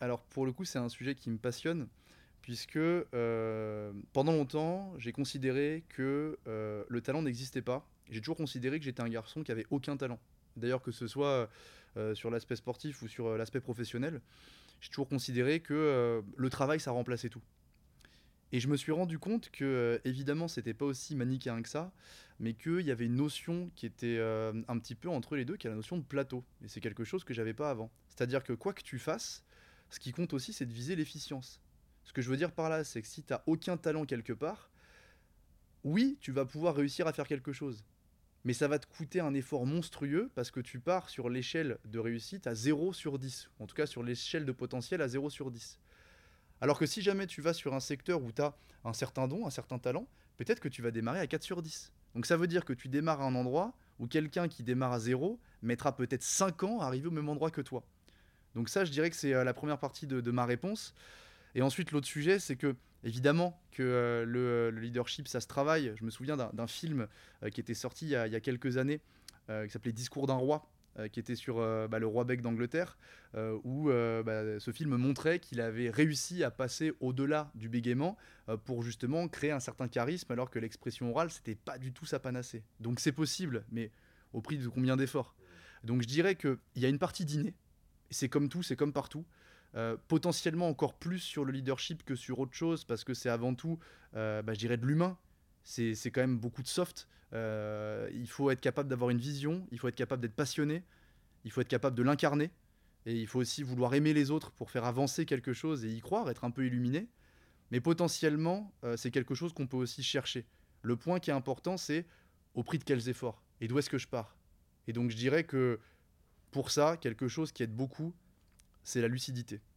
Alors pour le coup, c'est un sujet qui me passionne, puisque pendant longtemps, j'ai considéré que le talent n'existait pas. J'ai toujours considéré que j'étais un garçon qui avait aucun talent. D'ailleurs, que ce soit sur l'aspect sportif ou sur l'aspect professionnel, j'ai toujours considéré que le travail, ça remplaçait tout. Et je me suis rendu compte que, évidemment, c'était pas aussi manichéen que ça, mais qu'il y avait une notion qui était un petit peu entre les deux, qui est la notion de plateau. Et c'est quelque chose que j'avais pas avant. C'est-à-dire que quoi que tu fasses, ce qui compte aussi, c'est de viser l'efficience. Ce que je veux dire par là, c'est que si tu n'as aucun talent quelque part, oui, tu vas pouvoir réussir à faire quelque chose. Mais ça va te coûter un effort monstrueux parce que tu pars sur l'échelle de réussite à 0/10. En tout cas, sur l'échelle de potentiel à 0/10. Alors que si jamais tu vas sur un secteur où tu as un certain don, un certain talent, peut-être que tu vas démarrer à 4/10. Donc ça veut dire que tu démarres à un endroit où quelqu'un qui démarre à 0 mettra peut-être 5 ans à arriver au même endroit que toi. Donc ça, je dirais que c'est la première partie de ma réponse. Et ensuite, l'autre sujet, c'est que, évidemment, que le leadership, ça se travaille. Je me souviens d'un film qui était sorti il y a quelques années, qui s'appelait Discours d'un roi, qui était sur le roi Bec d'Angleterre, où ce film montrait qu'il avait réussi à passer au-delà du bégaiement pour justement créer un certain charisme, alors que l'expression orale, c'était pas du tout sa panacée. Donc c'est possible, mais au prix de combien d'efforts. Donc je dirais qu'il y a une partie d'inné, c'est comme tout, c'est comme partout. Potentiellement encore plus sur le leadership que sur autre chose, parce que c'est avant tout, je dirais, de l'humain. C'est quand même beaucoup de soft. Il faut être capable d'avoir une vision, il faut être capable d'être passionné, il faut être capable de l'incarner, et il faut aussi vouloir aimer les autres pour faire avancer quelque chose et y croire, être un peu illuminé. Mais potentiellement, c'est quelque chose qu'on peut aussi chercher. Le point qui est important, c'est au prix de quels efforts et d'où est-ce que je pars. Et donc je dirais que pour ça, quelque chose qui aide beaucoup, c'est la lucidité.